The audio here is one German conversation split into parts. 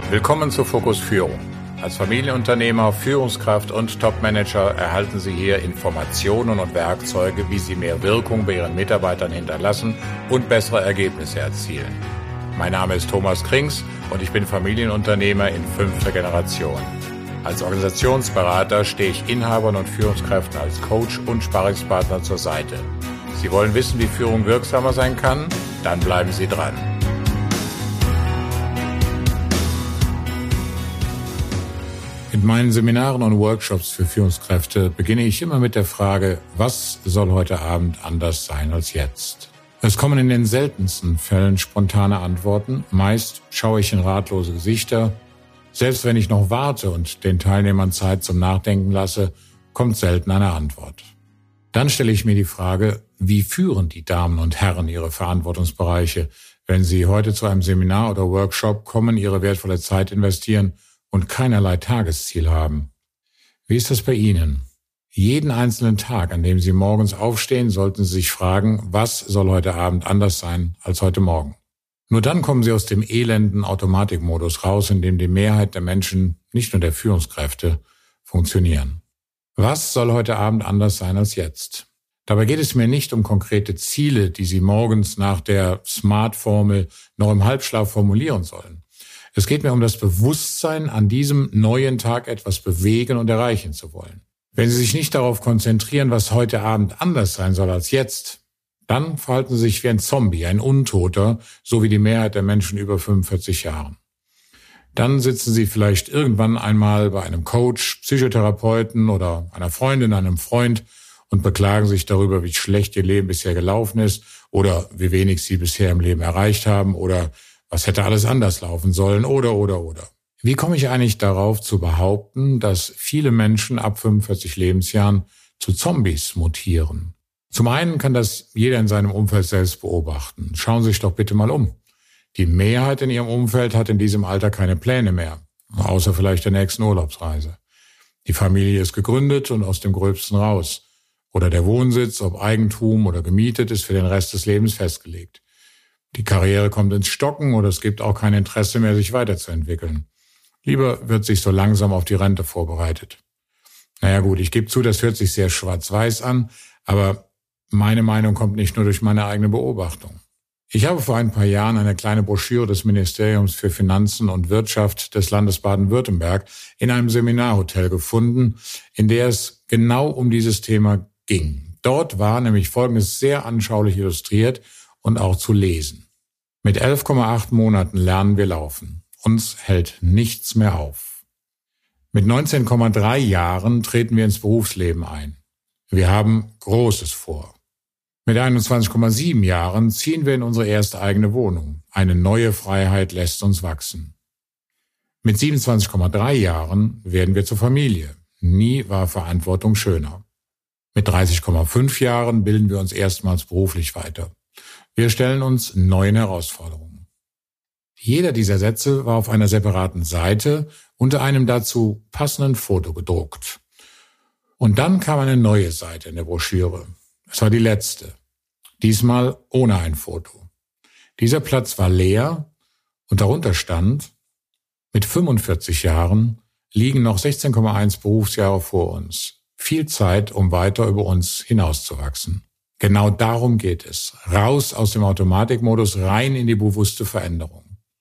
Willkommen zu Fokus Führung. Als Familienunternehmer, Führungskraft und Topmanager erhalten Sie hier Informationen und Werkzeuge, wie Sie mehr Wirkung bei Ihren Mitarbeitern hinterlassen und bessere Ergebnisse erzielen. Mein Name ist Thomas Krings und ich bin Familienunternehmer in 5. Generation. Als Organisationsberater stehe ich Inhabern und Führungskräften als Coach und Sparringspartner zur Seite. Sie wollen wissen, wie Führung wirksamer sein kann? Dann bleiben Sie dran. In meinen Seminaren und Workshops für Führungskräfte beginne ich immer mit der Frage, was soll heute Abend anders sein als jetzt? Es kommen in den seltensten Fällen spontane Antworten. Meist schaue ich in ratlose Gesichter. Selbst wenn ich noch warte und den Teilnehmern Zeit zum Nachdenken lasse, kommt selten eine Antwort. Dann stelle ich mir die Frage, wie führen die Damen und Herren ihre Verantwortungsbereiche, wenn sie heute zu einem Seminar oder Workshop kommen, ihre wertvolle Zeit investieren und keinerlei Tagesziel haben. Wie ist das bei Ihnen? Jeden einzelnen Tag, an dem Sie morgens aufstehen, sollten Sie sich fragen, was soll heute Abend anders sein als heute Morgen? Nur dann kommen Sie aus dem elenden Automatikmodus raus, in dem die Mehrheit der Menschen, nicht nur der Führungskräfte, funktionieren. Was soll heute Abend anders sein als jetzt? Dabei geht es mir nicht um konkrete Ziele, die Sie morgens nach der SMART-Formel noch im Halbschlaf formulieren sollen. Es geht mir um das Bewusstsein, an diesem neuen Tag etwas bewegen und erreichen zu wollen. Wenn Sie sich nicht darauf konzentrieren, was heute Abend anders sein soll als jetzt, dann verhalten Sie sich wie ein Zombie, ein Untoter, so wie die Mehrheit der Menschen über 45 Jahren. Dann sitzen Sie vielleicht irgendwann einmal bei einem Coach, Psychotherapeuten oder einer Freundin, einem Freund und beklagen sich darüber, wie schlecht Ihr Leben bisher gelaufen ist oder wie wenig Sie bisher im Leben erreicht haben oder was hätte alles anders laufen sollen oder. Wie komme ich eigentlich darauf zu behaupten, dass viele Menschen ab 45 Lebensjahren zu Zombies mutieren? Zum einen kann das jeder in seinem Umfeld selbst beobachten. Schauen Sie sich doch bitte mal um. Die Mehrheit in Ihrem Umfeld hat in diesem Alter keine Pläne mehr, außer vielleicht der nächsten Urlaubsreise. Die Familie ist gegründet und aus dem Gröbsten raus. Oder der Wohnsitz, ob Eigentum oder gemietet, ist für den Rest des Lebens festgelegt. Die Karriere kommt ins Stocken oder es gibt auch kein Interesse mehr, sich weiterzuentwickeln. Lieber wird sich so langsam auf die Rente vorbereitet. Naja gut, ich gebe zu, das hört sich sehr schwarz-weiß an, aber meine Meinung kommt nicht nur durch meine eigene Beobachtung. Ich habe vor ein paar Jahren eine kleine Broschüre des Ministeriums für Finanzen und Wirtschaft des Landes Baden-Württemberg in einem Seminarhotel gefunden, in der es genau um dieses Thema ging. Dort war nämlich Folgendes sehr anschaulich illustriert und auch zu lesen. Mit 11,8 Monaten lernen wir laufen. Uns hält nichts mehr auf. Mit 19,3 Jahren treten wir ins Berufsleben ein. Wir haben Großes vor. Mit 21,7 Jahren ziehen wir in unsere erste eigene Wohnung. Eine neue Freiheit lässt uns wachsen. Mit 27,3 Jahren werden wir zur Familie. Nie war Verantwortung schöner. Mit 30,5 Jahren bilden wir uns erstmals beruflich weiter. Wir stellen uns neuen Herausforderungen. Jeder dieser Sätze war auf einer separaten Seite unter einem dazu passenden Foto gedruckt. Und dann kam eine neue Seite in der Broschüre. Es war die letzte. Diesmal ohne ein Foto. Dieser Platz war leer und darunter stand: Mit 45 Jahren liegen noch 16,1 Berufsjahre vor uns. Viel Zeit, um weiter über uns hinauszuwachsen. Genau darum geht es. Raus aus dem Automatikmodus, rein in die bewusste Veränderung.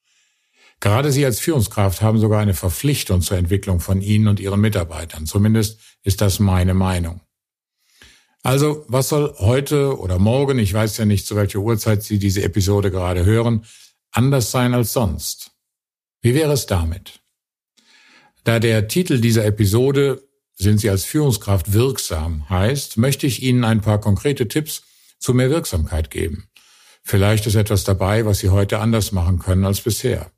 Gerade Sie als Führungskraft haben sogar eine Verpflichtung zur Entwicklung von Ihnen und Ihren Mitarbeitern. Zumindest ist das meine Meinung. Also, was soll heute oder morgen, ich weiß ja nicht, zu welcher Uhrzeit Sie diese Episode gerade hören, anders sein als sonst? Wie wäre es damit? Da der Titel dieser Episode "Sind Sie als Führungskraft wirksam?" heißt, möchte ich Ihnen ein paar konkrete Tipps zu mehr Wirksamkeit geben. Vielleicht ist etwas dabei, was Sie heute anders machen können als bisher.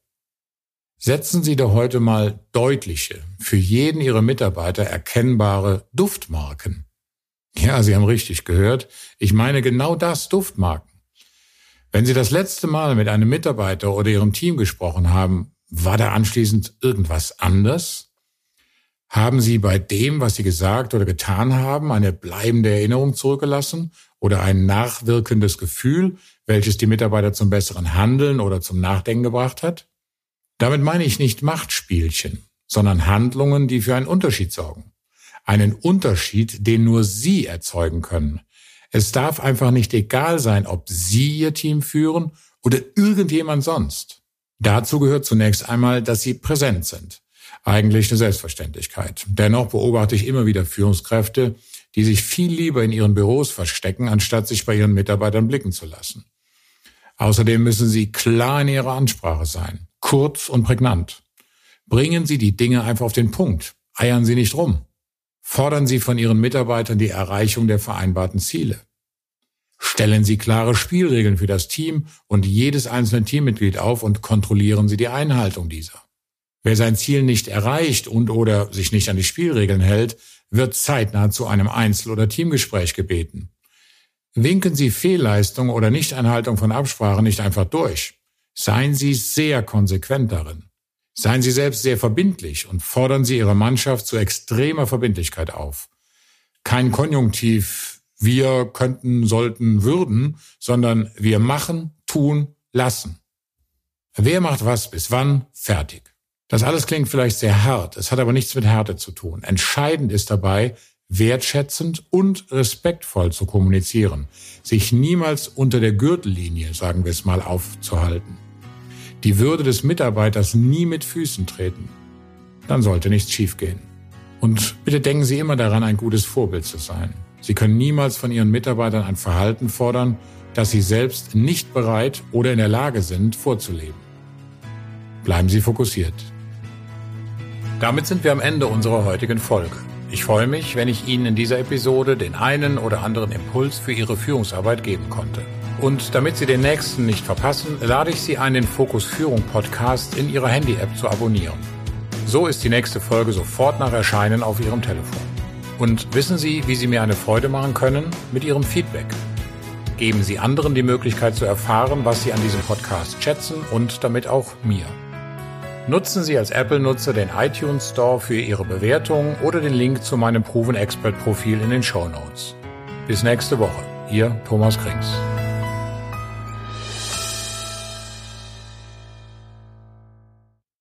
Setzen Sie doch heute mal deutliche, für jeden Ihrer Mitarbeiter erkennbare Duftmarken. Ja, Sie haben richtig gehört. Ich meine genau das, Duftmarken. Wenn Sie das letzte Mal mit einem Mitarbeiter oder Ihrem Team gesprochen haben, war da anschließend irgendwas anders? Haben Sie bei dem, was Sie gesagt oder getan haben, eine bleibende Erinnerung zurückgelassen oder ein nachwirkendes Gefühl, welches die Mitarbeiter zum besseren Handeln oder zum Nachdenken gebracht hat? Damit meine ich nicht Machtspielchen, sondern Handlungen, die für einen Unterschied sorgen. Einen Unterschied, den nur Sie erzeugen können. Es darf einfach nicht egal sein, ob Sie Ihr Team führen oder irgendjemand sonst. Dazu gehört zunächst einmal, dass Sie präsent sind. Eigentlich eine Selbstverständlichkeit. Dennoch beobachte ich immer wieder Führungskräfte, die sich viel lieber in ihren Büros verstecken, anstatt sich bei ihren Mitarbeitern blicken zu lassen. Außerdem müssen Sie klar in Ihrer Ansprache sein, kurz und prägnant. Bringen Sie die Dinge einfach auf den Punkt, eiern Sie nicht rum. Fordern Sie von Ihren Mitarbeitern die Erreichung der vereinbarten Ziele. Stellen Sie klare Spielregeln für das Team und jedes einzelne Teammitglied auf und kontrollieren Sie die Einhaltung dieser. Wer sein Ziel nicht erreicht und/oder sich nicht an die Spielregeln hält, wird zeitnah zu einem Einzel- oder Teamgespräch gebeten. Winken Sie Fehlleistung oder Nichteinhaltung von Absprachen nicht einfach durch. Seien Sie sehr konsequent darin. Seien Sie selbst sehr verbindlich und fordern Sie Ihre Mannschaft zu extremer Verbindlichkeit auf. Kein Konjunktiv, wir könnten, sollten, würden, sondern wir machen, tun, lassen. Wer macht was bis wann? Fertig. Das alles klingt vielleicht sehr hart, es hat aber nichts mit Härte zu tun. Entscheidend ist dabei, wertschätzend und respektvoll zu kommunizieren, sich niemals unter der Gürtellinie, sagen wir es mal, aufzuhalten. Die Würde des Mitarbeiters nie mit Füßen treten. Dann sollte nichts schiefgehen. Und bitte denken Sie immer daran, ein gutes Vorbild zu sein. Sie können niemals von Ihren Mitarbeitern ein Verhalten fordern, das Sie selbst nicht bereit oder in der Lage sind, vorzuleben. Bleiben Sie fokussiert. Damit sind wir am Ende unserer heutigen Folge. Ich freue mich, wenn ich Ihnen in dieser Episode den einen oder anderen Impuls für Ihre Führungsarbeit geben konnte. Und damit Sie den nächsten nicht verpassen, lade ich Sie ein, den Fokus Führung Podcast in Ihrer Handy-App zu abonnieren. So ist die nächste Folge sofort nach Erscheinen auf Ihrem Telefon. Und wissen Sie, wie Sie mir eine Freude machen können? Mit Ihrem Feedback. Geben Sie anderen die Möglichkeit zu erfahren, was Sie an diesem Podcast schätzen und damit auch mir. Nutzen Sie als Apple-Nutzer den iTunes Store für Ihre Bewertung oder den Link zu meinem Proven Expert Profil in den Shownotes. Bis nächste Woche. Ihr Thomas Krings.